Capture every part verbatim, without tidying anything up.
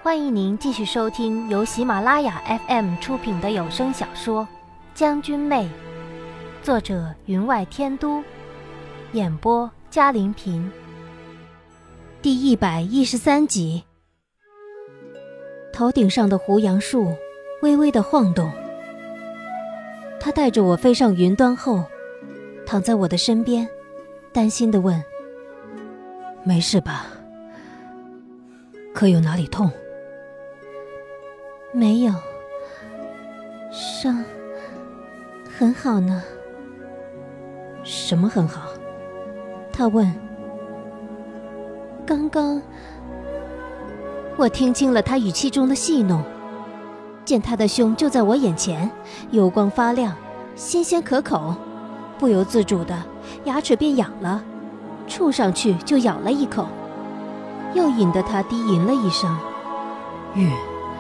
欢迎您继续收听由喜马拉雅 F M 出品的有声小说《将军妹》，作者云外天都，演播嘉玲平，第一百一十三集。头顶上的胡杨树微微的晃动，他带着我飞上云端后，躺在我的身边，担心地问： 没事吧？可有哪里痛？ 没有，伤很好呢。 什么很好？ 他问。刚刚我听清了他语气中的戏弄，见他的胸就在我眼前，油光发亮，新鲜可口，不由自主的牙齿便痒了，触上去就咬了一口，又引得他低吟了一声： 月。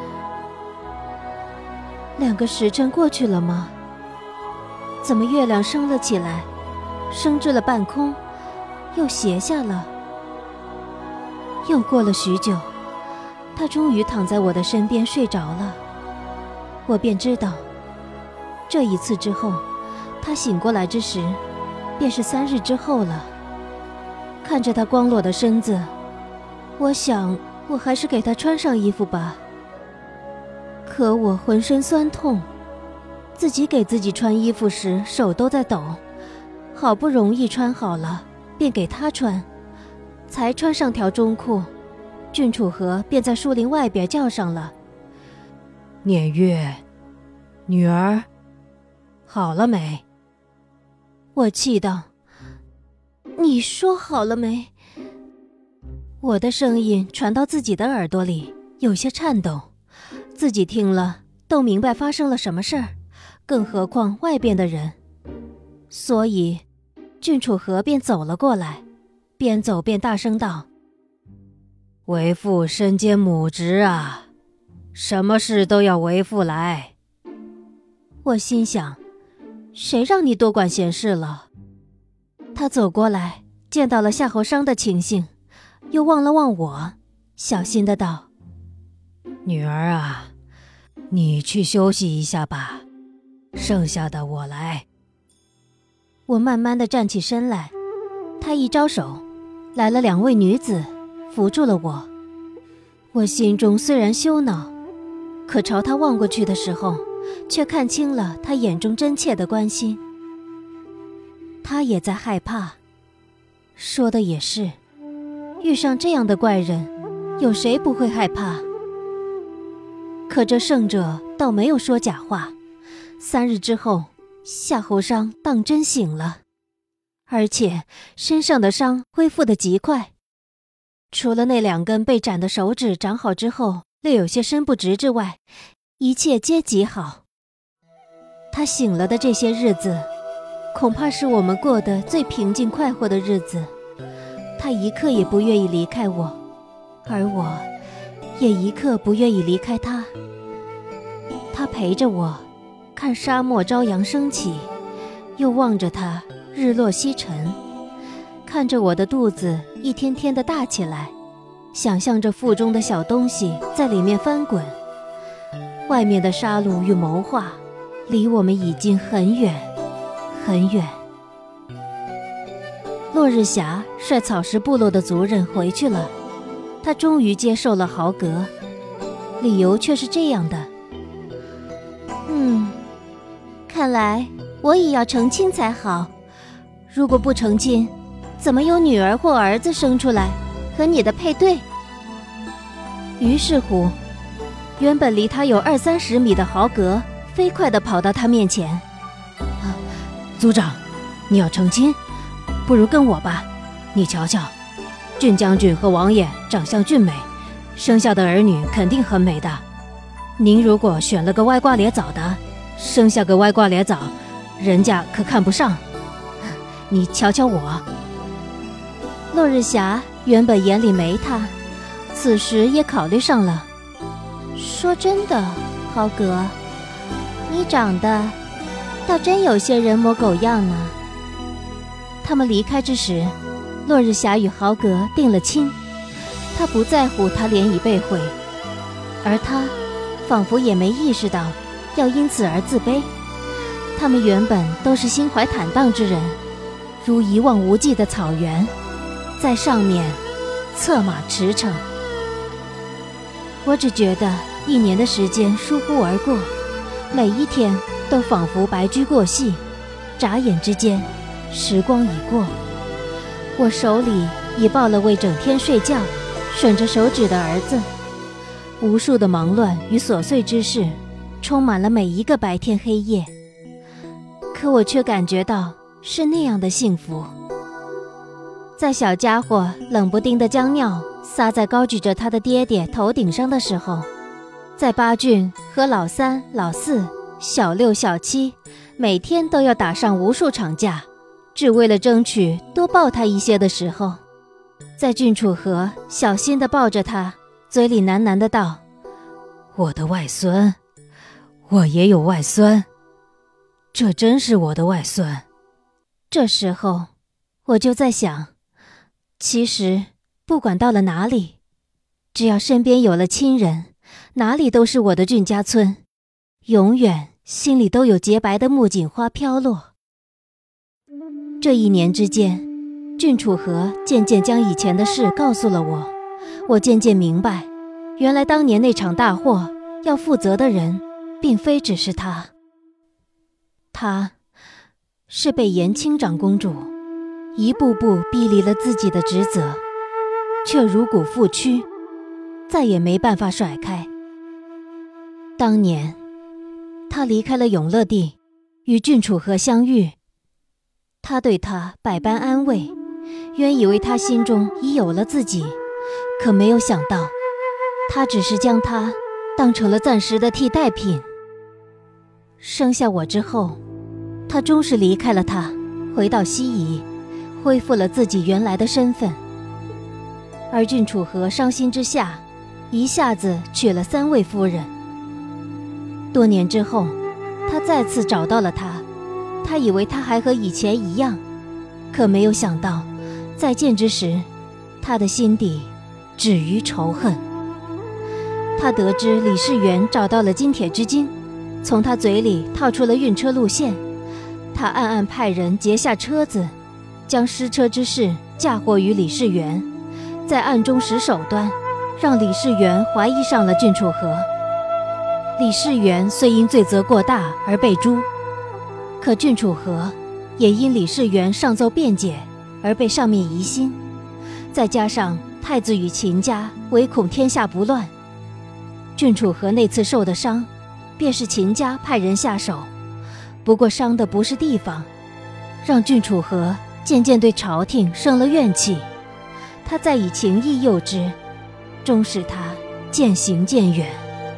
两个时辰过去了吗？怎么月亮升了起来，升至了半空，又斜下了？又过了许久，他终于躺在我的身边睡着了。我便知道，这一次之后，他醒过来之时，便是三日之后了。看着他光裸的身子，我想我还是给他穿上衣服吧。可我浑身酸痛，自己给自己穿衣服时手都在抖，好不容易穿好了，便给他穿，才穿上条中裤，郡主和便在树林外边叫上了： 念月，女儿，好了没？ 我气道：你说好了没？我的声音传到自己的耳朵里，有些颤抖，自己听了都明白发生了什么事儿，更何况外边的人。所以郡主和便走了过来，边走边大声道： 为父身兼母职啊，什么事都要为父来。 我心想，谁让你多管闲事了？他走过来，见到了夏侯商的情形，又望了望我，小心的道： 女儿啊，你去休息一下吧，剩下的我来。 我慢慢的站起身来，他一招手，来了两位女子，扶住了我。我心中虽然羞恼，可朝他望过去的时候，却看清了他眼中真切的关心。他也在害怕。说的也是，遇上这样的怪人，有谁不会害怕？可这圣者倒没有说假话，三日之后，夏侯商当真醒了，而且身上的伤恢复得极快，除了那两根被斩的手指长好之后略有些伸不直之外，一切皆极好。他醒了的这些日子，恐怕是我们过得最平静快活的日子。他一刻也不愿意离开我，而我也一刻不愿意离开他。他陪着我，看沙漠朝阳升起，又望着他日落西沉，看着我的肚子一天天的大起来，想象着腹中的小东西在里面翻滚。外面的杀戮与谋划，离我们已经很远很远。落日霞率草食部落的族人回去了，他终于接受了豪格，理由却是这样的：嗯，看来我也要成亲才好，如果不成亲，怎么有女儿或儿子生出来和你的配对？于是乎，原本离他有二三十米的豪格飞快地跑到他面前： 啊，族长，你要成亲？不如跟我吧，你瞧瞧，郡将军和王爷长相俊美，生下的儿女肯定很美的。您如果选了个歪瓜裂枣的，生下个歪瓜裂枣，人家可看不上。你瞧瞧我。 落日霞原本眼里没他，此时也考虑上了。说真的，豪格，你长得倒真有些人模狗样呢。他们离开之时，落日霞与豪格定了亲，他不在乎他脸已被毁， 而他仿佛也没意识到要因此而自卑。他们原本都是心怀坦荡之人，如一望无际的草原，在上面策马驰骋。我只觉得一年的时间疏忽而过，每一天都仿佛白驹过隙，眨眼之间时光已过。我手里已抱了为整天睡觉吮着手指的儿子，无数的忙乱与琐碎之事充满了每一个白天黑夜，可我却感觉到是那样的幸福。在小家伙冷不丁的将尿撒在高举着他的爹爹头顶上的时候，在巴俊和老三、老四、小六、小七每天都要打上无数场架，只为了争取多抱他一些的时候，在郡主和小心地抱着他，嘴里喃喃地道： 我的外孙，我也有外孙，这真是我的外孙。 这时候我就在想，其实不管到了哪里，只要身边有了亲人，哪里都是我的郡家村，永远心里都有洁白的木槿花飘落。这一年之间，郡主和渐渐将以前的事告诉了我，我渐渐明白，原来当年那场大祸要负责的人并非只是他，他是被延青长公主一步步逼离了自己的职责，却如骨复躯，再也没办法甩开。当年他离开了永乐地，与郡主和相遇，他对他百般安慰，原以为他心中已有了自己，可没有想到他只是将他当成了暂时的替代品。生下我之后，他终是离开了他，回到西夷，恢复了自己原来的身份。而郡主和伤心之下，一下子娶了三位夫人。多年之后，他再次找到了他，他以为他还和以前一样，可没有想到，再见之时，他的心底止于仇恨。他得知李世元找到了金铁之金，从他嘴里套出了运车路线，他暗暗派人截下车子，将失车之事嫁祸于李世元，在暗中使手段，让李世元怀疑上了郡主和。李世元虽因罪责过大而被诛，可郡主和也因李世元上奏辩解而被上面疑心，再加上太子与秦家唯恐天下不乱，郡主和那次受的伤，便是秦家派人下手，不过伤的不是地方，让郡主和渐渐对朝廷生了怨气，他再以情义诱之，终使他渐行渐远。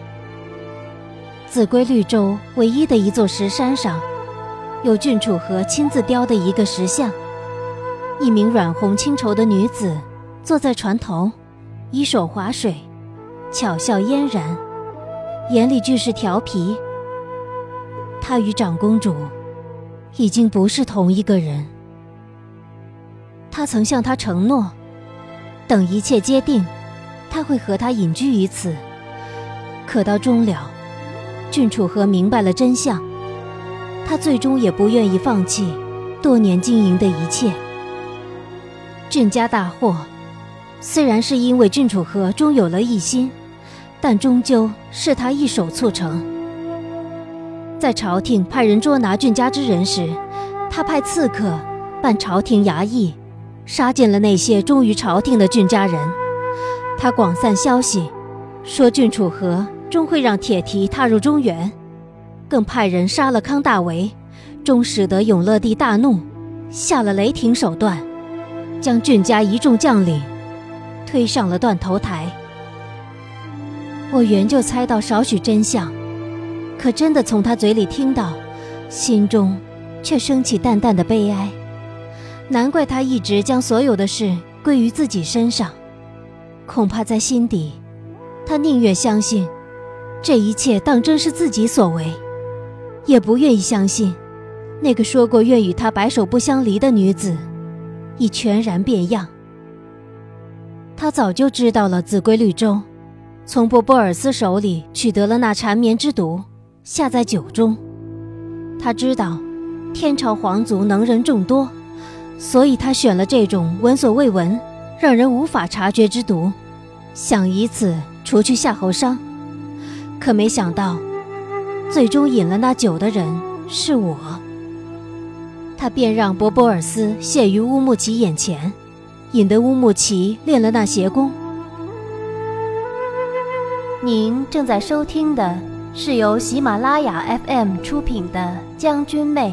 秭归绿洲唯一的一座石山上，有郡主和亲自雕的一个石像，一名软红轻绸的女子坐在船头，以手划水，巧笑嫣然，眼里俱是调皮。她与长公主已经不是同一个人。他曾向她承诺，等一切皆定，他会和她隐居于此。可到终了，郡主和明白了真相，他最终也不愿意放弃多年经营的一切。郡家大祸，虽然是因为郡主和终有了异心，但终究是他一手促成。在朝廷派人捉拿郡家之人时，他派刺客扮朝廷衙役，杀尽了那些忠于朝廷的郡家人。他广散消息，说郡主和终会让铁蹄踏入中原，更派人杀了康大为，终使得永乐帝大怒，下了雷霆手段，将郡家一众将领推上了断头台。我原就猜到少许真相，可真的从他嘴里听到，心中却升起淡淡的悲哀。难怪他一直将所有的事归于自己身上，恐怕在心底，他宁愿相信这一切当真是自己所为，也不愿意相信那个说过愿与他白首不相离的女子已全然变样。他早就知道了秭归绿洲， 从波波尔斯手里取得了那缠绵之毒，下在酒中。他知道天朝皇族能人众多，所以他选了这种闻所未闻、让人无法察觉之毒，想以此除去夏侯商。可没想到，最终饮了那酒的人是我。他便让波波尔斯陷于乌木齐眼前，引得乌木齐练了那邪功。您正在收听的是由喜马拉雅 F M 出品的《将军妹》。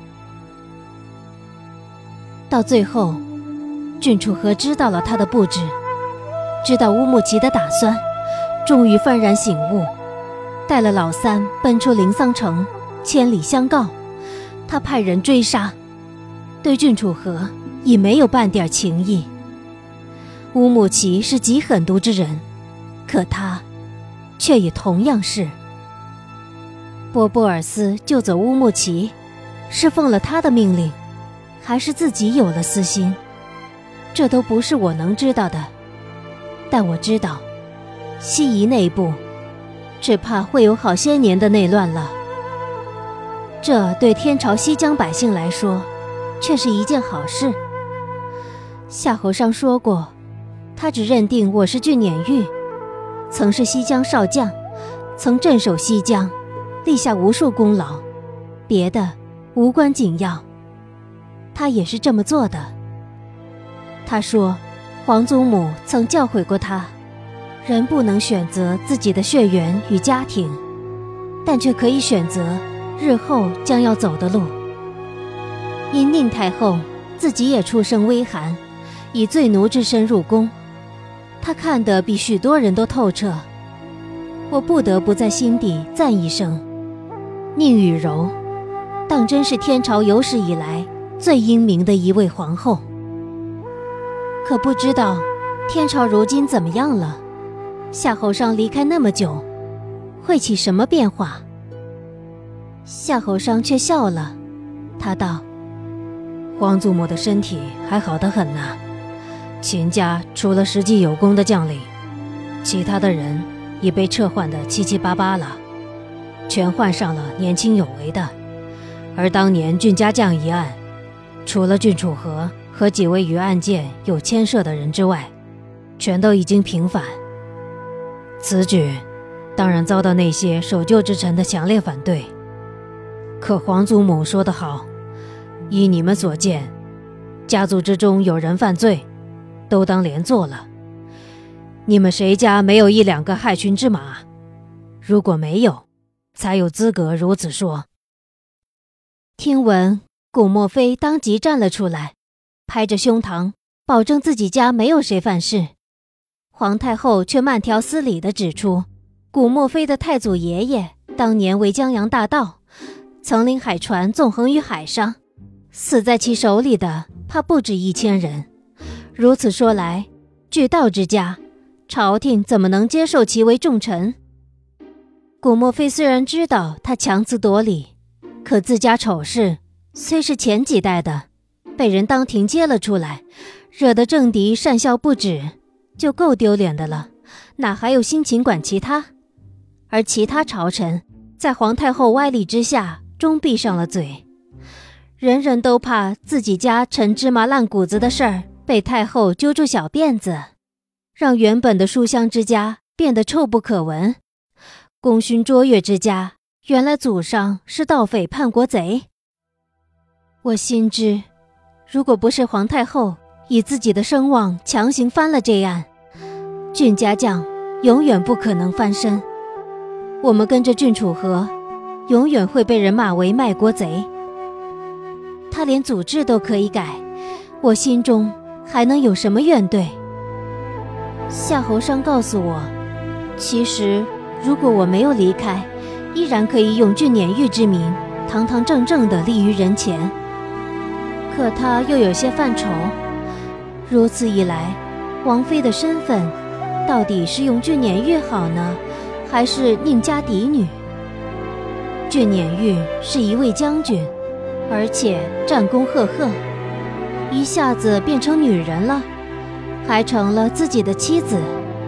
到最后，郡主和知道了他的布置，知道乌木齐的打算，终于幡然醒悟，带了老三奔出临桑城，千里相告。他派人追杀，对郡主和已没有半点情意。乌木齐是极狠毒之人，可他却也同样是。波波尔斯救走乌木齐，是奉了他的命令，还是自己有了私心？这都不是我能知道的。但我知道，西夷内部只怕会有好些年的内乱了。这对天朝西疆百姓来说，却是一件好事。夏侯尚说过，他只认定我是郡撵玉，曾是西疆少将，曾镇守西疆，立下无数功劳，别的无关紧要。他也是这么做的。他说，皇祖母曾教诲过他，人不能选择自己的血缘与家庭，但却可以选择日后将要走的路。因宁太后自己也出身微寒，以罪奴之身入宫，她看得比许多人都透彻。我不得不在心底赞一声，宁雨柔当真是天朝有史以来最英明的一位皇后。可不知道天朝如今怎么样了？夏侯尚离开那么久，会起什么变化？夏侯尚却笑了，他道：皇祖母的身体还好得很呢。秦家除了实际有功的将领，其他的人已被撤换得七七八八了，全换上了年轻有为的。而当年郡家将一案，除了郡楚河和几位与案件有牵涉的人之外，全都已经平反。此举当然遭到那些守旧之臣的强烈反对。可皇祖母说得好，依你们所见，家族之中有人犯罪，都当连坐了。你们谁家没有一两个害群之马？如果没有，才有资格如此说。听闻，古墨妃当即站了出来，拍着胸膛，保证自己家没有谁犯事。皇太后却慢条斯理地指出，古墨妃的太祖爷爷当年为江洋大盗，曾领海船纵横于海上，死在其手里的怕不止一千人。如此说来，据道之家，朝廷怎么能接受其为重臣？古墨妃虽然知道他强词夺理，可自家丑事虽是前几代的，被人当庭揭了出来，惹得政敌讪笑不止，就够丢脸的了，哪还有心情管其他？而其他朝臣在皇太后歪理之下终闭上了嘴，人人都怕自己家陈芝麻烂谷子的事儿被太后揪住小辫子，让原本的书香之家变得臭不可闻。功勋卓越之家，原来祖上是盗匪叛国贼。我心知，如果不是皇太后以自己的声望强行翻了这案，郡家将永远不可能翻身。我们跟着郡楚河，永远会被人骂为卖国贼。他连祖制都可以改，我心中还能有什么怨怼？夏侯尚告诉我，其实如果我没有离开，依然可以用郡撵玉之名堂堂正正地立于人前。可他又有些犯愁，如此一来，王妃的身份到底是用郡撵玉好呢，还是宁家嫡女？郡撵玉是一位将军，而且战功赫赫，一下子变成女人了，还成了自己的妻子，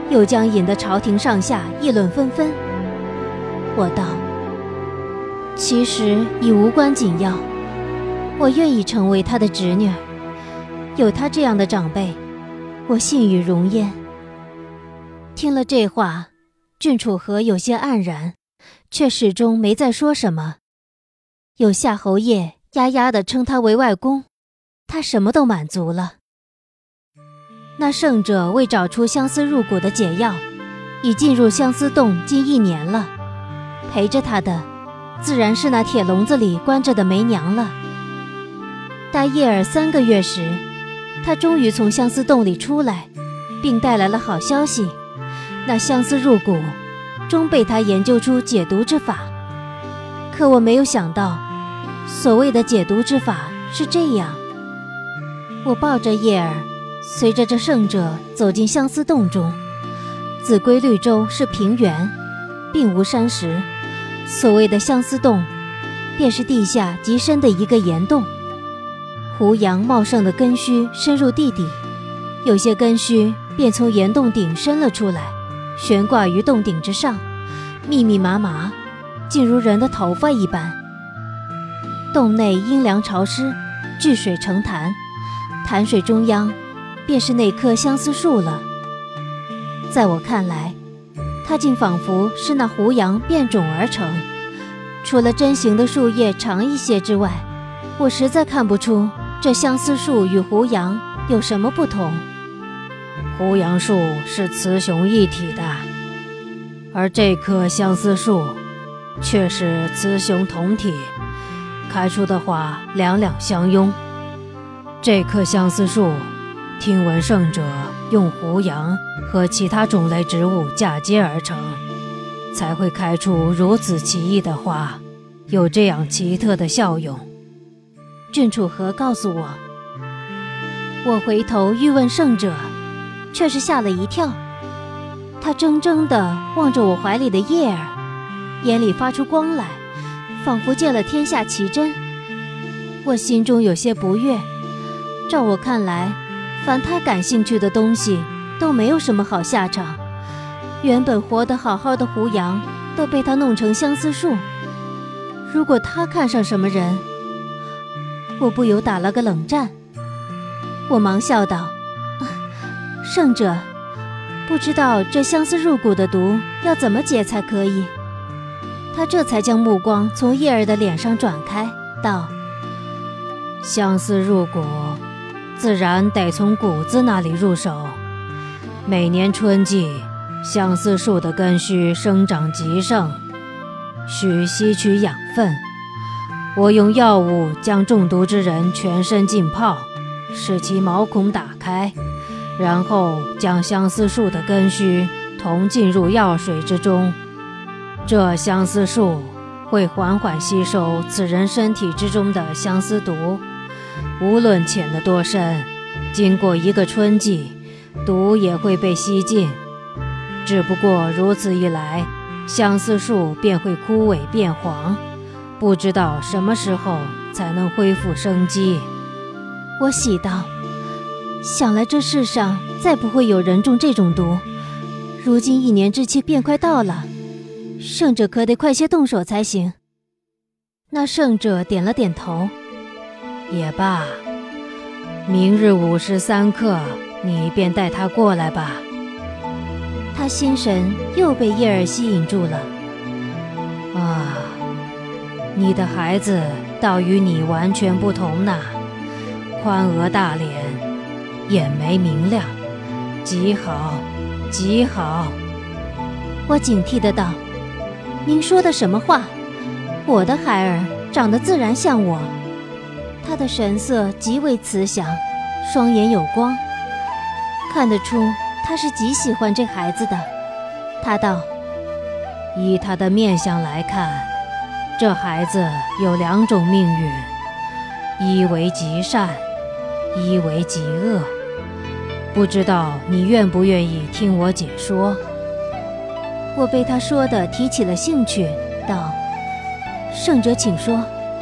又将引得朝廷上下议论纷纷。我道：其实已无关紧要，我愿意成为他的侄女儿，有他这样的长辈，我信与荣焉。听了这话，郡主和有些黯然，却始终没再说什么。有夏侯业压压地称他为外公，他什么都满足了。那圣者为找出相思入骨的解药，已进入相思洞近一年了，陪着他的自然是那铁笼子里关着的梅娘了。待叶儿三个月时，他终于从相思洞里出来，并带来了好消息，那相思入骨终被他研究出解毒之法。可我没有想到，所谓的解毒之法是这样。我抱着叶儿，随着这圣者走进相思洞中。紫龟绿洲是平原，并无山石，所谓的相思洞便是地下极深的一个岩洞。胡杨茂盛的根须深入地底，有些根须便从岩洞顶伸了出来，悬挂于洞顶之上，密密麻麻，竟如人的头发一般。洞内阴凉潮湿，聚水成潭，潭水中央便是那棵相思树了。在我看来，它竟仿佛是那胡杨变种而成，除了针形的树叶长一些之外，我实在看不出这相思树与胡杨有什么不同。 胡杨树是雌雄一体的，而这棵相思树却是雌雄同体，开出的花两两相拥。这棵相思树，听闻圣者用胡杨和其他种类植物嫁接而成，才会开出如此奇异的花，有这样奇特的效用。 郡主和告诉我，我回头欲问圣者，却是吓了一跳。他怔怔地望着我怀里的叶儿，眼里发出光来，仿佛见了天下奇珍。我心中有些不悦，照我看来，凡他感兴趣的东西都没有什么好下场。原本活得好好的胡杨都被他弄成相思树，如果他看上什么人，我不由打了个冷战。我忙笑道：圣者，不知道这相思入骨的毒要怎么解才可以？他这才将目光从叶儿的脸上转开，道： 相思入骨，自然得从骨子那里入手。每年春季，相思树的根须生长极盛，需吸取养分。我用药物将中毒之人全身浸泡，使其毛孔打开，然后将相思树的根须同浸入药水之中。这相思树会缓缓吸收此人身体之中的相思毒，无论潜得多深，经过一个春季，毒也会被吸尽。只不过如此一来，相思树便会枯萎变黄，不知道什么时候才能恢复生机。 我喜道：想来这世上再不会有人中这种毒，如今一年之期便快到了，圣者可得快些动手才行。那圣者点了点头： 也罢，明日午时三刻，你便带他过来吧。 他心神又被叶儿吸引住了。 啊，你的孩子倒与你完全不同呐，宽额大脸，眼眉明亮，极好，极好。 我警惕的道：您说的什么话？我的孩儿长得自然像我。他的神色极为慈祥，双眼有光，看得出他是极喜欢这孩子的。他道： 依他的面相来看，这孩子有两种命运，一为极善，一为极恶。不知道你愿不愿意听我解说？ 我被他说的提起了兴趣，道：圣者请说。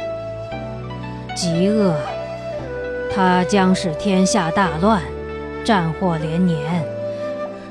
极恶，他将使天下大乱，战祸连年，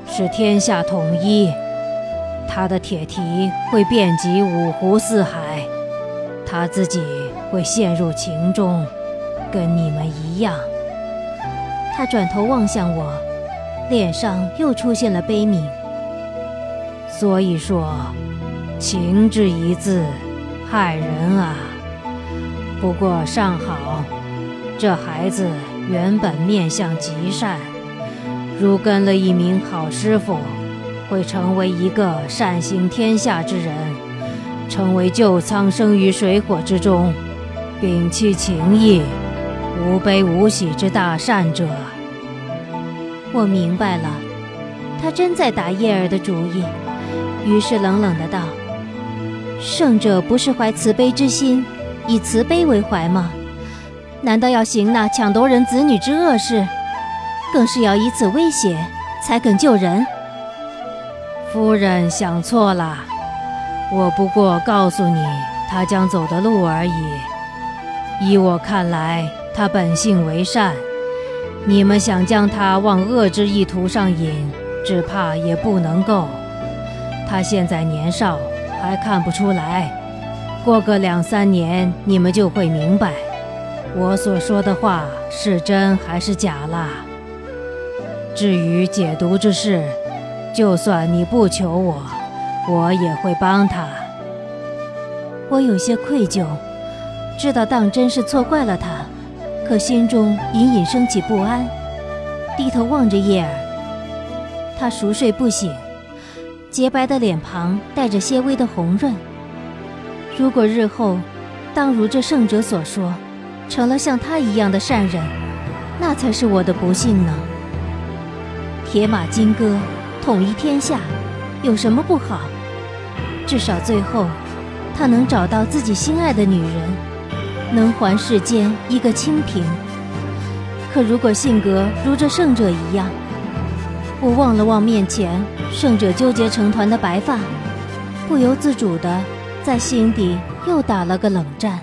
使天下统一，他的铁蹄会遍及五湖四海，他自己会陷入情中，跟你们一样。 他转头望向我，脸上又出现了悲悯。 所以说，情这一字害人啊。不过尚好，这孩子原本面相极善，如跟了一名好师傅，会成为一个善行天下之人，成为救苍生于水火之中，摒弃情义，无悲无喜之大善者。 我明白了，他真在打叶儿的主意，于是冷冷的道：圣者不是怀慈悲之心，以慈悲为怀吗？难道要行那抢夺人子女之恶事，更是要以此威胁才肯救人？ 夫人想错了，我不过告诉你他将走的路而已。依我看来，他本性为善，你们想将他往恶之意图上引，只怕也不能够。他现在年少，还看不出来，过个两三年，你们就会明白我所说的话是真还是假啦。至于解毒之事，就算你不求我，我也会帮他。 我有些愧疚，知道当真是错怪了他，可心中隐隐升起不安，低头望着叶儿。他熟睡不醒，洁白的脸庞带着些微的红润。如果日后当如这圣者所说，成了像他一样的善人，那才是我的不幸呢。铁马金戈，统一天下，有什么不好？至少最后，他能找到自己心爱的女人，能还世间一个清平。可如果性格如这圣者一样，我望了望面前圣者纠结成团的白发，不由自主地在心底又打了个冷战。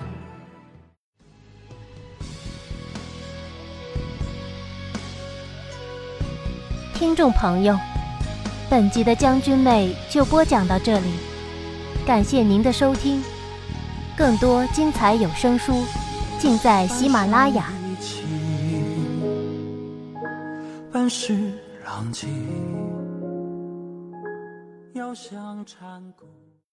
听众朋友，本集的将军妹就播讲到这里，感谢您的收听。更多精彩有声书尽在喜马拉雅。 本是浪迹，遥想禅谷。